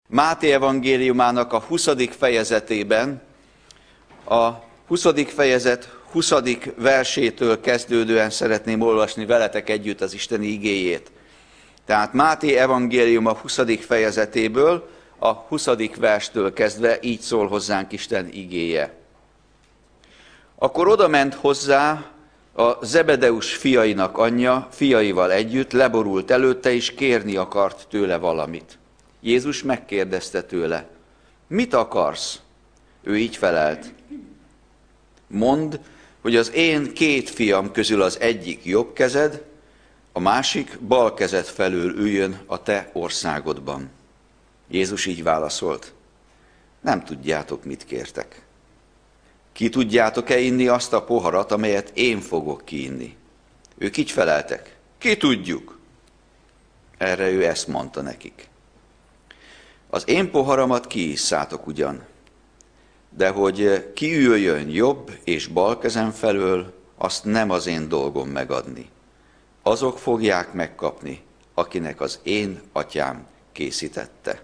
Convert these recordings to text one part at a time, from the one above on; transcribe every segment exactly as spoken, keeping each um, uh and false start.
Máté evangéliumának a huszadik fejezetében, a huszadik fejezet huszadik versétől kezdődően szeretném olvasni veletek együtt az Isten igéjét. Tehát Máté evangélium a huszadik fejezetéből, a huszadik verstől kezdve így szól hozzánk Isten igéje. Akkor odament hozzá a Zebedeus fiainak anyja, fiaival együtt, leborult előtte, és kérni akart tőle valamit. Jézus megkérdezte tőle, mit akarsz? Ő így felelt, mondd, hogy az én két fiam közül az egyik jobb kezed, a másik bal kezed felől üljön a te országodban. Jézus így válaszolt, nem tudjátok, mit kértek. Ki tudjátok-e inni azt a poharat, amelyet én fogok kiinni? Ők így feleltek, ki tudjuk. Erre ő ezt mondta nekik. Az én poharamat kiisszátok ugyan, de hogy ki üljön jobb és bal kezem felől, azt nem az én dolgom megadni. Azok fogják megkapni, akinek az én atyám készítette.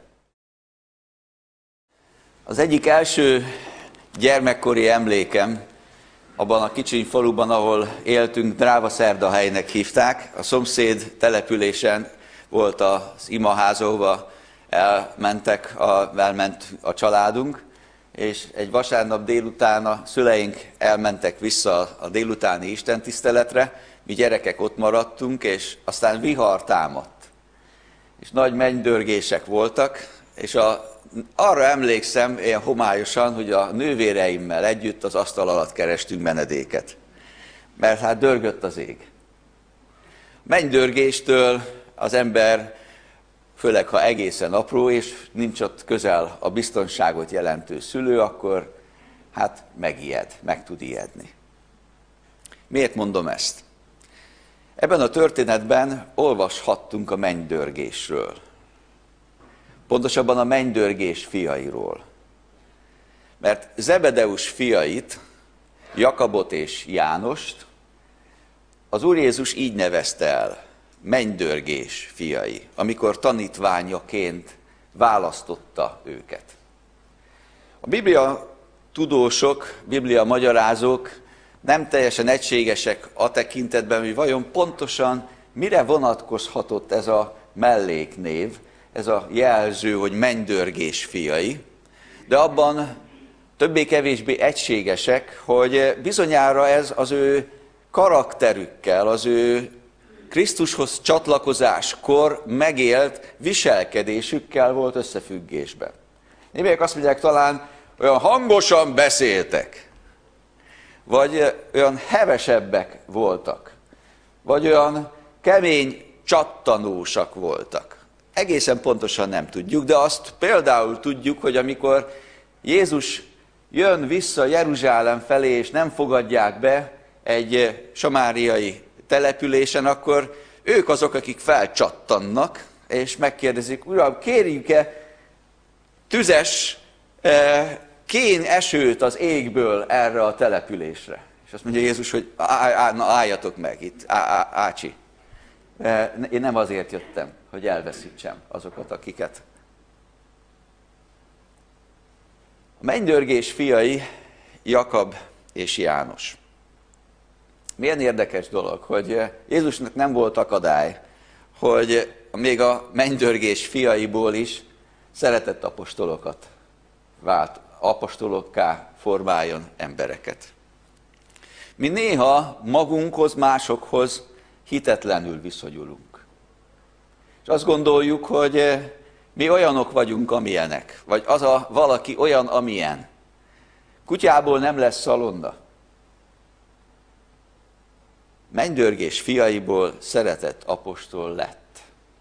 Az egyik első gyermekkori emlékem abban a kicsiny faluban, ahol éltünk, Drávaszerdahelynek hívták. A szomszéd településen volt az imaház, ahova elmentek, a, elment a családunk, és egy vasárnap délután a szüleink elmentek vissza a délutáni istentiszteletre, mi gyerekek ott maradtunk, és aztán vihar támadt. És nagy mennydörgések voltak, és a, arra emlékszem ilyen homályosan, hogy a nővéreimmel együtt az asztal alatt kerestünk menedéket. Mert hát dörgött az ég. Mennydörgéstől az ember, főleg ha egészen apró, és nincs ott közel a biztonságot jelentő szülő, akkor hát megijed, meg tud ijedni. Miért mondom ezt? Ebben a történetben olvashattunk a mennydörgésről. Pontosabban a mennydörgés fiairól. Mert Zebedeus fiait, Jakabot és Jánost az Úr Jézus így nevezte el, mennydörgés fiai, amikor tanítványaként választotta őket. A Biblia tudósok, Biblia magyarázók nem teljesen egységesek a tekintetben, hogy vajon pontosan mire vonatkozhatott ez a melléknév, ez a jelző, hogy mennydörgés fiai, de abban többé-kevésbé egységesek, hogy bizonyára ez az ő karakterükkel, az ő Krisztushoz csatlakozáskor megélt viselkedésükkel volt összefüggésben. Némelyek azt mondják, talán olyan hangosan beszéltek, vagy olyan hevesebbek voltak, vagy olyan kemény csattanósak voltak. Egészen pontosan nem tudjuk, de azt például tudjuk, hogy amikor Jézus jön vissza Jeruzsálem felé, és nem fogadják be egy samáriai településen, akkor ők azok, akik felcsattannak, és megkérdezik, uram, kérjük-e tüzes kén esőt az égből erre a településre? És azt mondja Jézus, hogy á, á, na, álljatok meg itt, á, á, ácsi. Én nem azért jöttem, hogy elveszítsem azokat, akiket. A mennydörgés fiai Jakab és János. Milyen érdekes dolog, hogy Jézusnak nem volt akadály, hogy még a mennydörgés fiaiból is szeretett apostolokat vált, apostolokká formáljon embereket. Mi néha magunkhoz, másokhoz hitetlenül viszonyulunk. És azt gondoljuk, hogy mi olyanok vagyunk, amilyenek, vagy az a valaki olyan, amilyen. Kutyából nem lesz szalonna. Mennydörgés fiaiból szeretett apostol lett.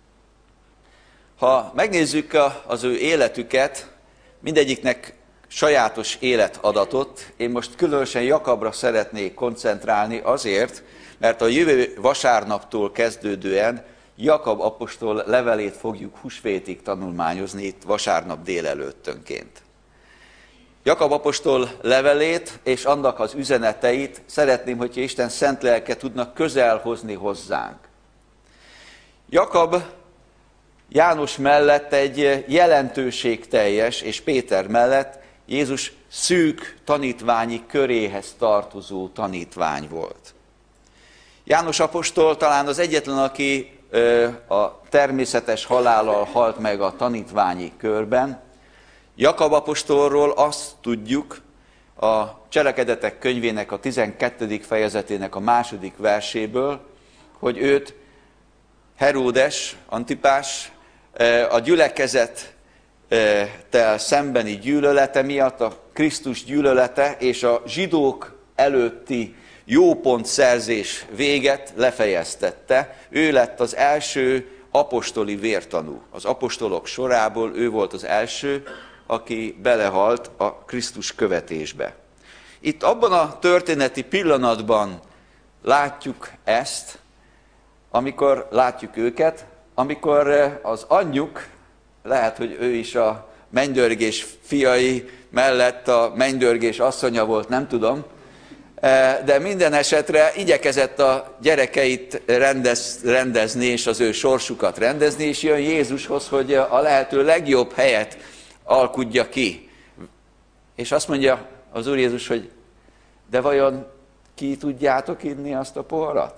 Ha megnézzük az ő életüket, mindegyiknek sajátos életadatot, én most különösen Jakabra szeretnék koncentrálni azért, mert a jövő vasárnaptól kezdődően Jakab apostol levelét fogjuk húsvétig tanulmányozni itt vasárnap délelőttönként. Jakab apostol levelét és annak az üzeneteit szeretném, hogyha Isten szent lelke tudna közel hozni hozzánk. Jakab János mellett egy jelentőségteljes, és Péter mellett Jézus szűk tanítványi köréhez tartozó tanítvány volt. János apostol talán az egyetlen, aki a természetes halállal halt meg a tanítványi körben. Jakab apostolról azt tudjuk, a Cselekedetek könyvének a tizenkettedik fejezetének a második verséből, hogy őt Heródes, Antipás a gyülekezettel szembeni gyűlölete miatt, a Krisztus gyűlölete és a zsidók előtti jópontszerzés véget lefejeztette. Ő lett az első apostoli vértanú. Az apostolok sorából ő volt az első, aki belehalt a Krisztus követésbe. Itt abban a történeti pillanatban látjuk ezt, amikor látjuk őket, amikor az anyjuk, lehet, hogy ő is a mennydörgés fiai mellett a mennydörgés asszonya volt, nem tudom, de minden esetre igyekezett a gyerekeit rendez, rendezni, és az ő sorsukat rendezni, és jön Jézushoz, hogy a lehető legjobb helyet alkudja ki. És azt mondja az Úr Jézus, hogy de vajon ki tudjátok inni azt a poharat?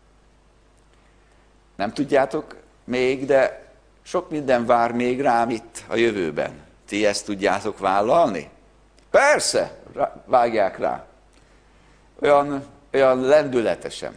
Nem tudjátok még, de sok minden vár még rám itt a jövőben. Ti ezt tudjátok vállalni? Persze, vágják rá. Olyan, olyan lendületesen.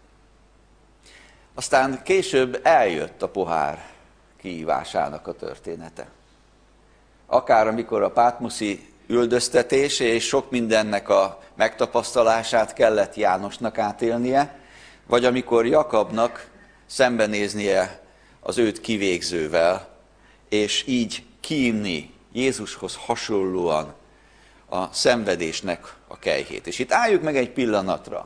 Aztán később eljött a pohár kiívásának a története. Akár amikor a pátmoszi üldöztetés és sok mindennek a megtapasztalását kellett Jánosnak átélnie, vagy amikor Jakabnak szembenéznie az őt kivégzővel, és így kiinni Jézushoz hasonlóan a szenvedésnek a kelyhét. És itt álljuk meg egy pillanatra.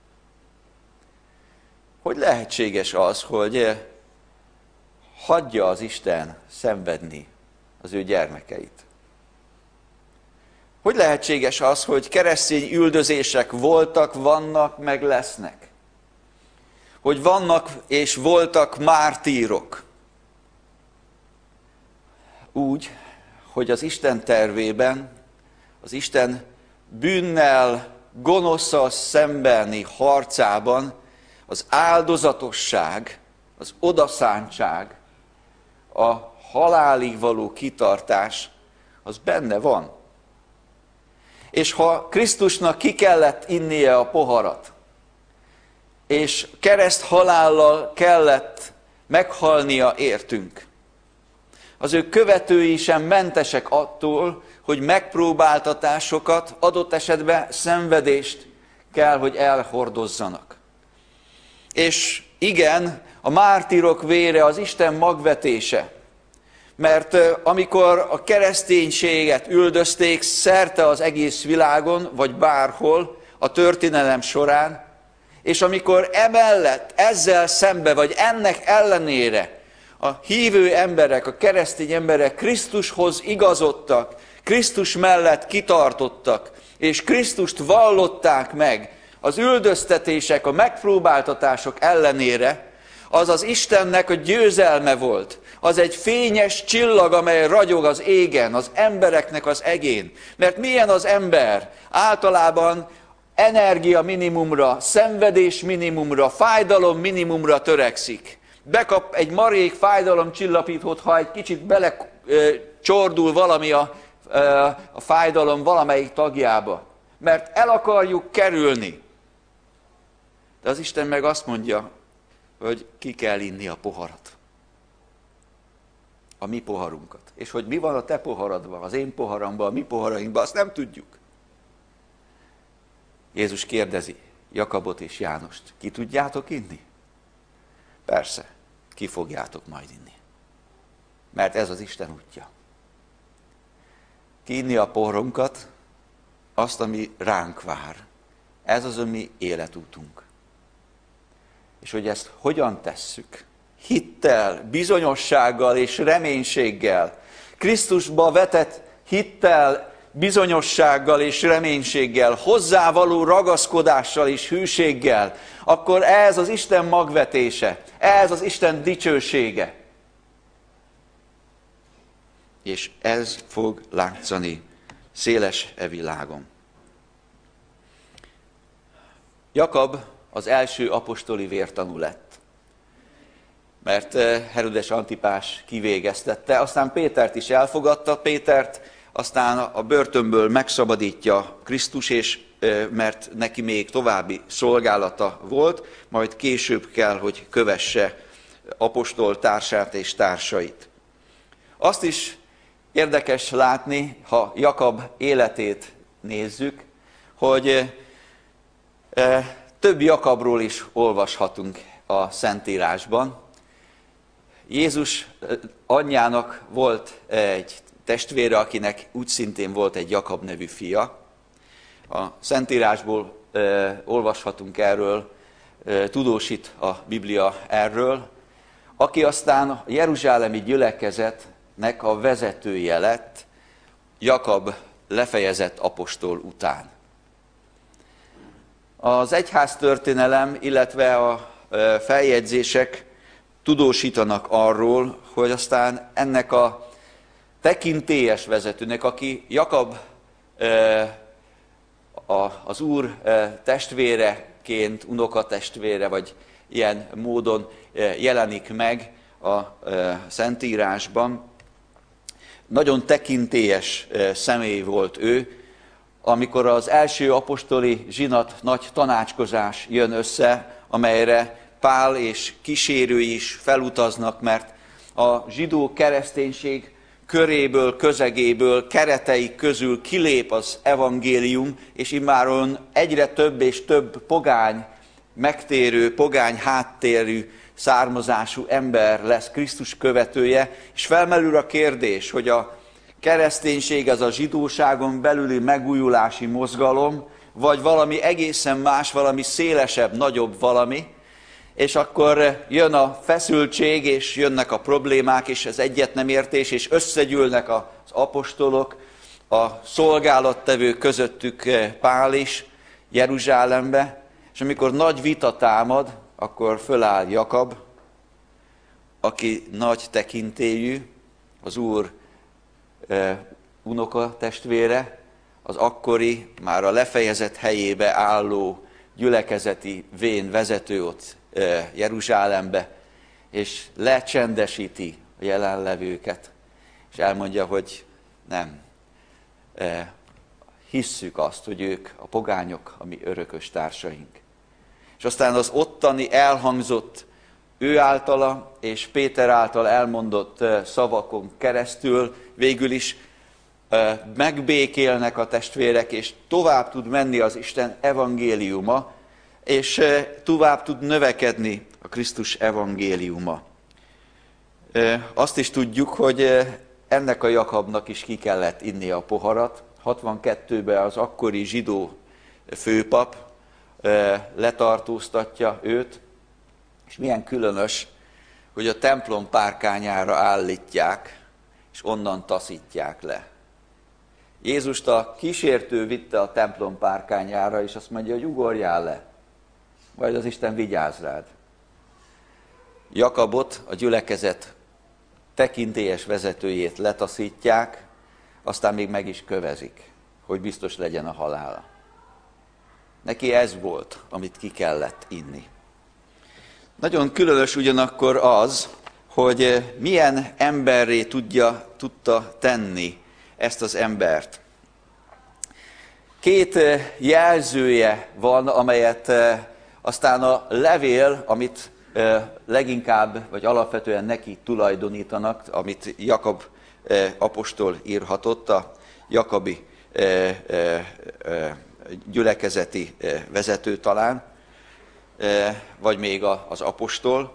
Hogy lehetséges az, hogy hagyja az Isten szenvedni az ő gyermekeit? Hogy lehetséges az, hogy keresztény üldözések voltak, vannak, meg lesznek? Hogy vannak és voltak mártírok? Úgy, hogy az Isten tervében, az Isten bűnnel, gonoszszal szembeni harcában az áldozatosság, az odaszántság, a halálig való kitartás, az benne van. És ha Krisztusnak ki kellett innie a poharat, és kereszt halállal kellett meghalnia értünk, az ő követői sem mentesek attól, hogy megpróbáltatásokat, adott esetben szenvedést kell, hogy elhordozzanak. És igen, a mártírok vére az Isten magvetése, mert amikor a kereszténységet üldözték szerte az egész világon, vagy bárhol a történelem során, és amikor emellett, ezzel szembe, vagy ennek ellenére a hívő emberek, a keresztény emberek Krisztushoz igazodtak, Krisztus mellett kitartottak, és Krisztust vallották meg az üldöztetések, a megpróbáltatások ellenére, az az Istennek a győzelme volt. Az egy fényes csillag, amely ragyog az égen, az embereknek az egén. Mert milyen az ember? Általában energia minimumra, szenvedés minimumra, fájdalom minimumra törekszik. Bekap egy marék fájdalomcsillapítót, ha egy kicsit belecsordul valami a, a fájdalom valamelyik tagjába. Mert el akarjuk kerülni. De az Isten meg azt mondja, hogy ki kell inni a poharat. A mi poharunkat. És hogy mi van a te poharadban, az én poharamban, a mi poharainkban, azt nem tudjuk. Jézus kérdezi Jakabot és Jánost, ki tudjátok inni? Persze, ki fogjátok majd inni. Mert ez az Isten útja. Ki inni a poharunkat, azt, ami ránk vár. Ez az a mi életútunk. És hogy ezt hogyan tesszük? Hittel, bizonyossággal és reménységgel. Krisztusba vetett hittel, bizonyossággal és reménységgel, hozzávaló ragaszkodással és hűséggel, akkor ez az Isten magvetése, ez az Isten dicsősége. és ez fog látszani széles e világon. Jakab az első apostoli vértanú lett, mert Herodes Antipás kivégeztette, aztán Pétert is elfogadta, Pétert aztán a börtönből megszabadítja Krisztus, és mert neki még további szolgálata volt, majd később kell, hogy kövesse apostol társát és társait. Azt is érdekes látni, ha Jakab életét nézzük, hogy több Jakabról is olvashatunk a Szentírásban. Jézus anyjának volt egy testvére, akinek úgy szintén volt egy Jakab nevű fia. A Szentírásból e, olvashatunk erről, e, tudósít a Biblia erről, aki aztán a jeruzsálemi gyülekezetnek a vezetője lett Jakab lefejezett apostol után. Az egyháztörténelem, illetve a e, feljegyzések tudósítanak arról, hogy aztán ennek a tekintélyes vezetőnek, aki Jakab e, a, az Úr e, testvéreként, unokatestvére, vagy ilyen módon e, jelenik meg a e, Szentírásban. Nagyon tekintélyes e, személy volt ő, amikor az első apostoli zsinat nagy tanácskozás jön össze, amelyre Pál és kísérői is felutaznak, mert a zsidó kereszténység köréből, közegéből, keretei közül kilép az evangélium, és immáron egyre több és több pogány, megtérő, pogány háttérű, származású ember lesz Krisztus követője, és felmerül a kérdés, hogy a kereszténység az a zsidóságon belüli megújulási mozgalom, vagy valami egészen más, valami szélesebb, nagyobb valami, és akkor jön a feszültség, és jönnek a problémák, és ez egyet nem értés, és összegyűlnek az apostolok, a szolgálattevő közöttük Pál is Jeruzsálembe, és amikor nagy vita támad, akkor föláll Jakab, aki nagy tekintélyű, az Úr e, unoka testvére, az akkori, már a lefejezett helyébe álló gyülekezeti vén vezető ott Jeruzsálembe, és lecsendesíti a jelenlevőket, és elmondja, hogy nem, hisszük azt, hogy ők a pogányok, a mi örökös társaink. És aztán az ottani elhangzott ő általa és Péter által elmondott szavakon keresztül végül is megbékélnek a testvérek, és tovább tud menni az Isten evangéliuma, és tovább tud növekedni a Krisztus evangéliuma. Azt is tudjuk, hogy ennek a Jakabnak is ki kellett inni a poharat. hatvankettőben az akkori zsidó főpap letartóztatja őt, és milyen különös, hogy a templom párkányára állítják, és onnan taszítják le. Jézust a kísértő vitte a templom párkányára, és azt mondja, hogy ugorjál le, majd az Isten vigyáz rád. Jakabot, a gyülekezet tekintélyes vezetőjét letaszítják, aztán még meg is kövezik, hogy biztos legyen a halála. Neki ez volt, amit ki kellett inni. Nagyon különös ugyanakkor az, hogy milyen emberré tudja, tudta tenni ezt az embert. Két jelzője van, amelyet aztán a levél, amit leginkább, vagy alapvetően neki tulajdonítanak, amit Jakab apostol írhatott, a jakabi gyülekezeti vezető talán, vagy még az apostol.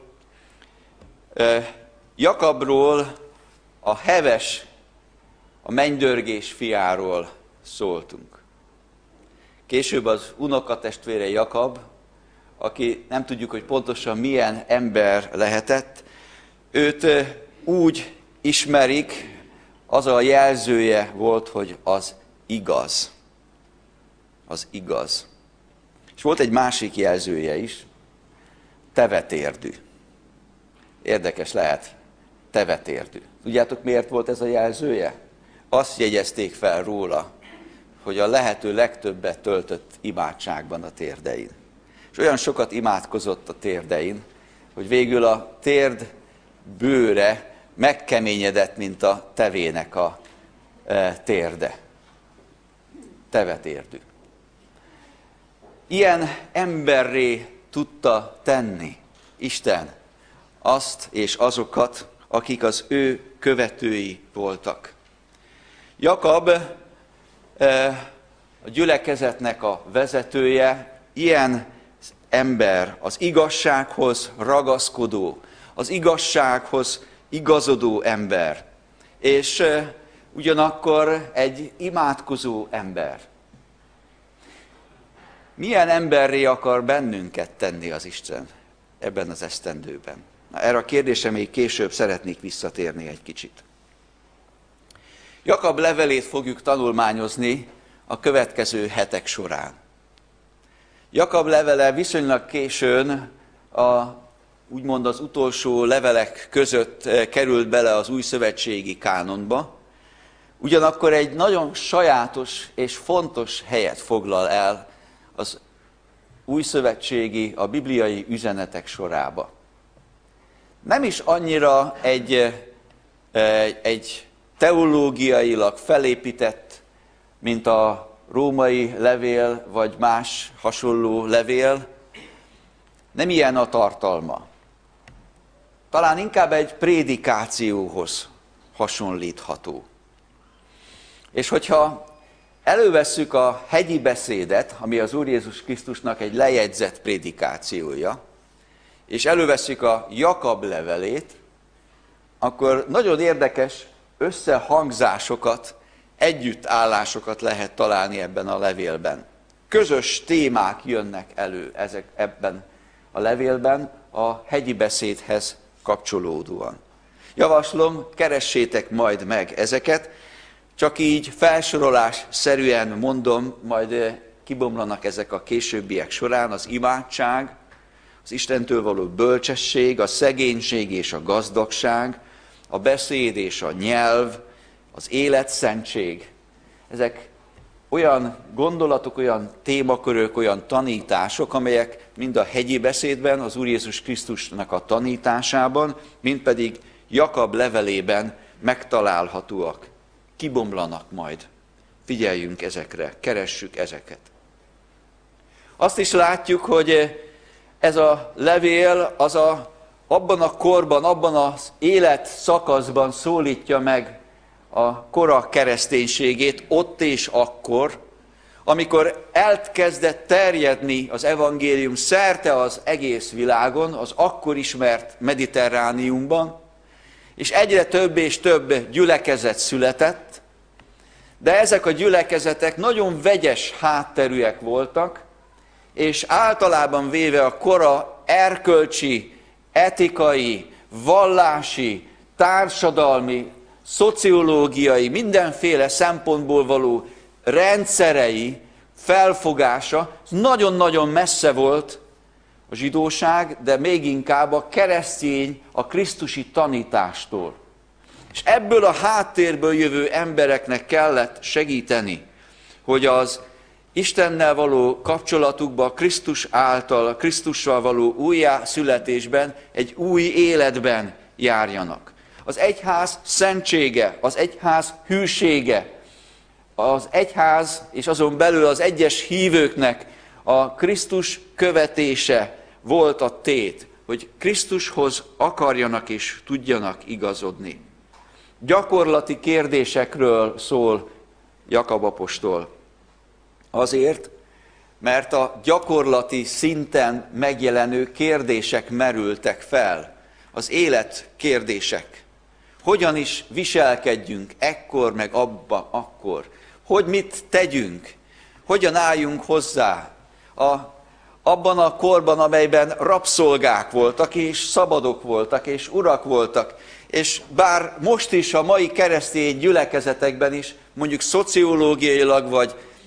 Jakabról, a heves, a mennydörgés fiáról szóltunk. Később az unokatestvére Jakab, aki nem tudjuk, hogy pontosan milyen ember lehetett, őt úgy ismerik, az a jelzője volt, hogy az igaz. Az igaz. És volt egy másik jelzője is, tevetérdű. Érdekes lehet tevetérdű. Tudjátok, miért volt ez a jelzője? Azt jegyezték fel róla, hogy a lehető legtöbbet töltött imádságban a térdein. És olyan sokat imádkozott a térdein, hogy végül a térd bőre megkeményedett, mint a tevének a e, térde. Tevetérdű. Ilyen emberré tudta tenni Isten azt és azokat, akik az ő követői voltak. Jakab, a gyülekezetnek a vezetője, ilyen ember, az igazsághoz ragaszkodó, az igazsághoz igazodó ember, és ugyanakkor egy imádkozó ember. Milyen emberré akar bennünket tenni az Isten ebben az esztendőben? Na, erre a kérdésre még később szeretnék visszatérni egy kicsit. Jakab levelét fogjuk tanulmányozni a következő hetek során. Jakab levele viszonylag későn, a, úgymond az utolsó levelek között került bele az új szövetségi kánonba, ugyanakkor egy nagyon sajátos és fontos helyet foglal el az új szövetségi, a bibliai üzenetek sorába. Nem is annyira egy, egy teológiailag felépített, mint a római levél, vagy más hasonló levél, nem ilyen a tartalma. Talán inkább egy prédikációhoz hasonlítható. És hogyha elővesszük a hegyi beszédet, ami az Úr Jézus Krisztusnak egy lejegyzett prédikációja, és elővesszük a Jakab levelét, akkor nagyon érdekes összehangzásokat, együttállásokat lehet találni ebben a levélben. Közös témák jönnek elő ezek, ebben a levélben a hegyi beszédhez kapcsolódóan. Javaslom, keressétek majd meg ezeket, csak így felsorolásszerűen mondom, majd kibomlanak ezek a későbbiek során, az imádság, az Istentől való bölcsesség, a szegénység és a gazdagság, a beszéd és a nyelv, az életszentség. Ezek olyan gondolatok, olyan témakörök, olyan tanítások, amelyek mind a hegyi beszédben, az Úr Jézus Krisztusnak a tanításában, mind pedig Jakab levelében megtalálhatóak. Kibomlanak majd. Figyeljünk ezekre, keressük ezeket. Azt is látjuk, hogy ez a levél az a, abban a korban, abban az élet szakaszban szólítja meg a kora kereszténységét, ott és akkor, amikor elkezdett terjedni az evangélium szerte az egész világon, az akkor ismert Mediterrániumban, és egyre több és több gyülekezet született, de ezek a gyülekezetek nagyon vegyes hátterűek voltak, és általában véve a kora erkölcsi, etikai, vallási, társadalmi, szociológiai, mindenféle szempontból való rendszerei, felfogása nagyon-nagyon messze volt a zsidóság, de még inkább a keresztény, a krisztusi tanítástól. És ebből a háttérből jövő embereknek kellett segíteni, hogy az Istennel való kapcsolatukba, Krisztus által, a Krisztussal való újjászületésben, egy új életben járjanak. Az egyház szentsége, az egyház hűsége, az egyház és azon belül az egyes hívőknek a Krisztus követése volt a tét, hogy Krisztushoz akarjanak és tudjanak igazodni. Gyakorlati kérdésekről szól Jakab apostol. Azért, mert a gyakorlati szinten megjelenő kérdések merültek fel, az élet kérdések. Hogyan is viselkedjünk ekkor, meg abba, akkor? Hogy mit tegyünk? Hogyan álljunk hozzá? A, abban a korban, amelyben rabszolgák voltak, és szabadok voltak, és urak voltak, és bár most is a mai keresztény gyülekezetekben is, mondjuk szociológiailag, vagy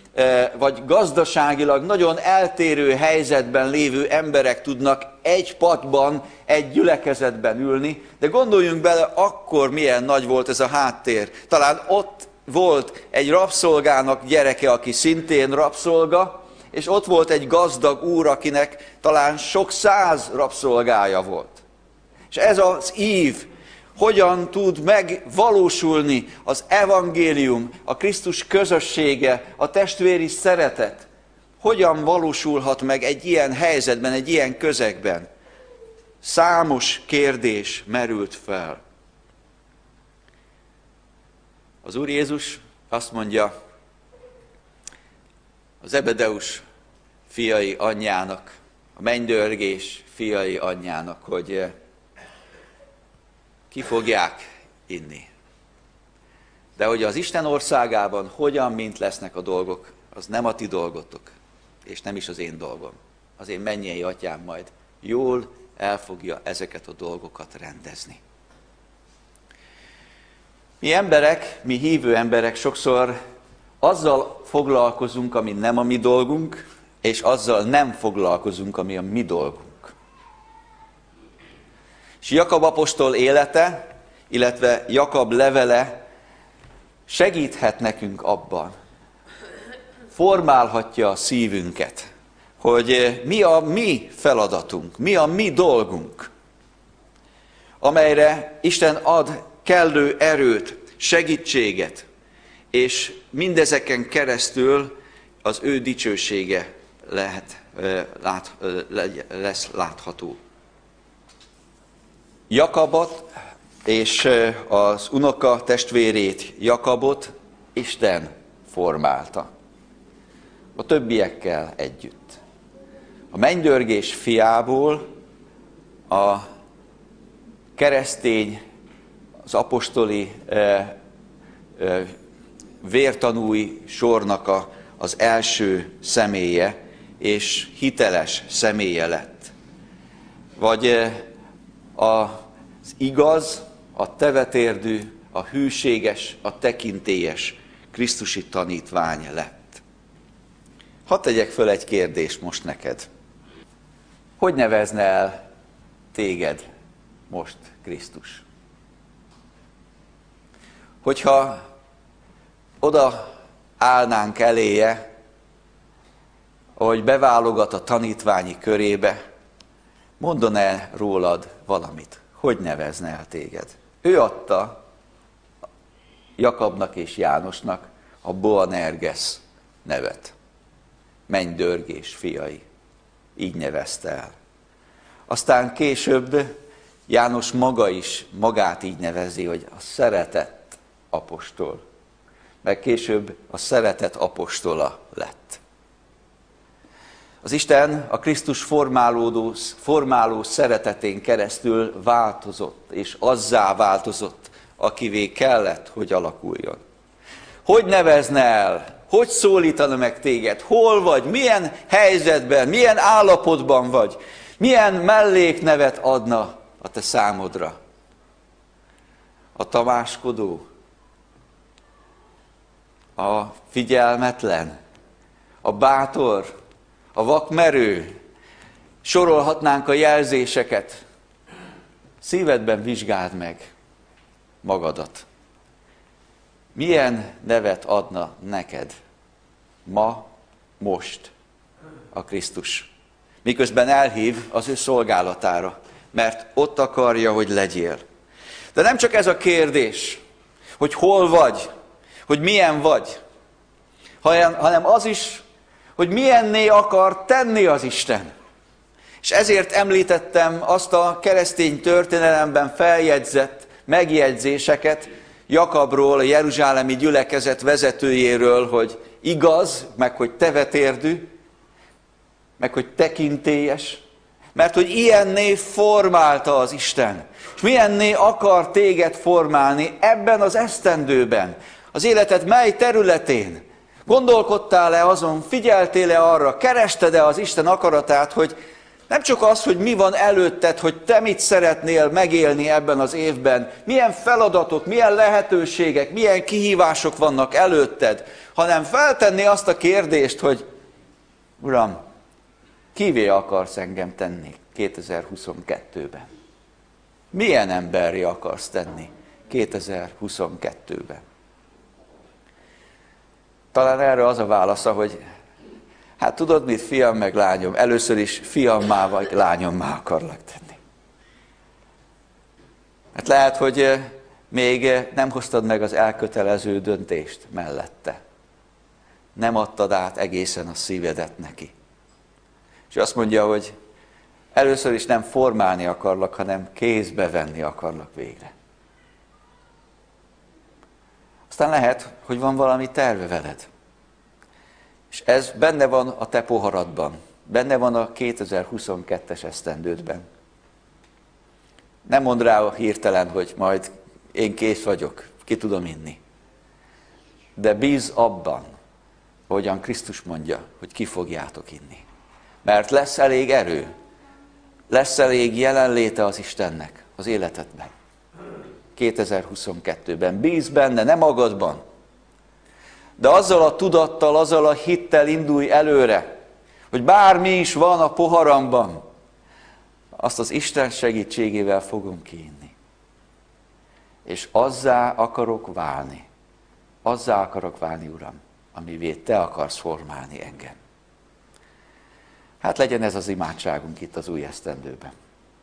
vagy gazdaságilag nagyon eltérő helyzetben lévő emberek tudnak egy padban, egy gyülekezetben ülni, de gondoljunk bele, akkor milyen nagy volt ez a háttér. Talán ott volt egy rabszolgának gyereke, aki szintén rabszolga, és ott volt egy gazdag úr, akinek talán sok száz rabszolgája volt. És ez az ív, hogyan tud megvalósulni az evangélium, a Krisztus közössége, a testvéri szeretet, hogyan valósulhat meg egy ilyen helyzetben, egy ilyen közegben. Számos kérdés merült fel. Az Úr Jézus azt mondja az Zebedeus fiai anyjának, a mennydörgés fiai anyjának, hogy ki fogják inni. De hogy az Isten országában hogyan, mint lesznek a dolgok, az nem a ti dolgotok, és nem is az én dolgom. Az én mennyei atyám majd jól el fogja ezeket a dolgokat rendezni. Mi emberek, mi hívő emberek sokszor azzal foglalkozunk, ami nem a mi dolgunk, és azzal nem foglalkozunk, ami a mi dolgunk. És Jakab apostol élete, illetve Jakab levele segíthet nekünk abban, formálhatja a szívünket, hogy mi a mi feladatunk, mi a mi dolgunk, amelyre Isten ad kellő erőt, segítséget, és mindezeken keresztül az ő dicsősége lehet, lát, lesz látható. Jakabot és az unoka testvérét, Jakabot Isten formálta. A többiekkel együtt. A mennydörgés fiából a keresztény, az apostoli e, e, vértanúi sornak a, az első személye, és hiteles személye lett. Vagy e, az igaz, a tevetérdű, a hűséges, a tekintélyes krisztusi tanítvány lett. Hadd tegyek föl egy kérdést most neked. Hogy nevezne el téged most Krisztus? Hogyha oda állnánk eléje, ahogy beválogat a tanítványi körébe, mondaná rólad valamit? Hogy nevezne el téged? Ő adta Jakabnak és Jánosnak a Boanerges nevet. Mennydörgés fiai. Így nevezte el. Aztán később János maga is magát így nevezi, hogy a szeretett apostol. Meg később a szeretett apostola lett. Az Isten a Krisztus formálódó, formáló szeretetén keresztül változott, és azzá változott, akivé kellett, hogy alakuljon. Hogy nevezne el? Hogy szólítana meg téged? Hol vagy? Milyen helyzetben? Milyen állapotban vagy? Milyen melléknevet adna a te számodra? A tamáskodó? A figyelmetlen? A bátor? A vakmerő? Sorolhatnánk a jelzéseket. Szívedben vizsgáld meg magadat. Milyen nevet adna neked ma, most a Krisztus? Miközben elhív az ő szolgálatára, mert ott akarja, hogy legyél. De nem csak ez a kérdés, hogy hol vagy, hogy milyen vagy, hanem az is, hogy milyenné akar tenni az Isten. És ezért említettem azt a keresztény történelemben feljegyzett megjegyzéseket Jakabról, a jeruzsálemi gyülekezet vezetőjéről, hogy igaz, meg hogy tevetérdű, meg hogy tekintélyes, mert hogy ilyenné formálta az Isten. És milyenné akar téged formálni ebben az esztendőben, az életed mely területén. Gondolkodtál-e azon, figyeltél-e arra, kerested-e az Isten akaratát, hogy Nem csak az, hogy mi van előtted, hogy te mit szeretnél megélni ebben az évben, milyen feladatok, milyen lehetőségek, milyen kihívások vannak előtted, hanem feltenni azt a kérdést, hogy Uram, kivé akarsz engem tenni kétezer-huszonkettőben? Milyen emberré akarsz tenni kétezer-huszonkettőben? Talán erre az a válasza, hogy hát tudod mit, fiam meg lányom, először is fiammá vagy lányommá akarlak tenni. Hát lehet, hogy még nem hoztad meg az elkötelező döntést mellette. Nem adtad át egészen a szívedet neki. És azt mondja, hogy először is nem formálni akarlak, hanem kézbe venni akarlak végre. Aztán lehet, hogy van valami terve veled. És ez benne van a te poharadban, benne van a kétezer-huszonkettes esztendődben. Nem mondd rá hirtelen, hogy majd én kész vagyok, ki tudom inni. De bízz abban, ahogyan Krisztus mondja, hogy ki fogjátok inni. Mert lesz elég erő, lesz elég jelenléte az Istennek az életedben. kétezer-huszonkettőben. Bízz benne, nem magadban. De azzal a tudattal, azzal a hittel indulj előre, hogy bármi is van a poharamban, azt az Isten segítségével fogom kiinni. És azzá akarok válni, azzá akarok válni, Uram, amivé te akarsz formálni engem. Hát legyen ez az imádságunk itt az új esztendőben.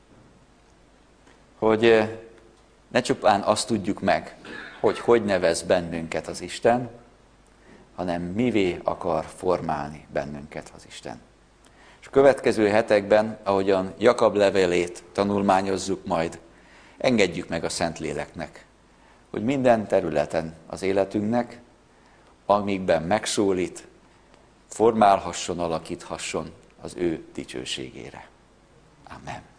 Hogy ne csupán azt tudjuk meg, hogy hogy nevez bennünket az Isten, hanem mivé akar formálni bennünket az Isten. És a következő hetekben, ahogyan Jakab levelét tanulmányozzuk majd, engedjük meg a Szentléleknek, hogy minden területen az életünknek, amikben megszólít, formálhasson, alakíthasson az ő dicsőségére. Amen.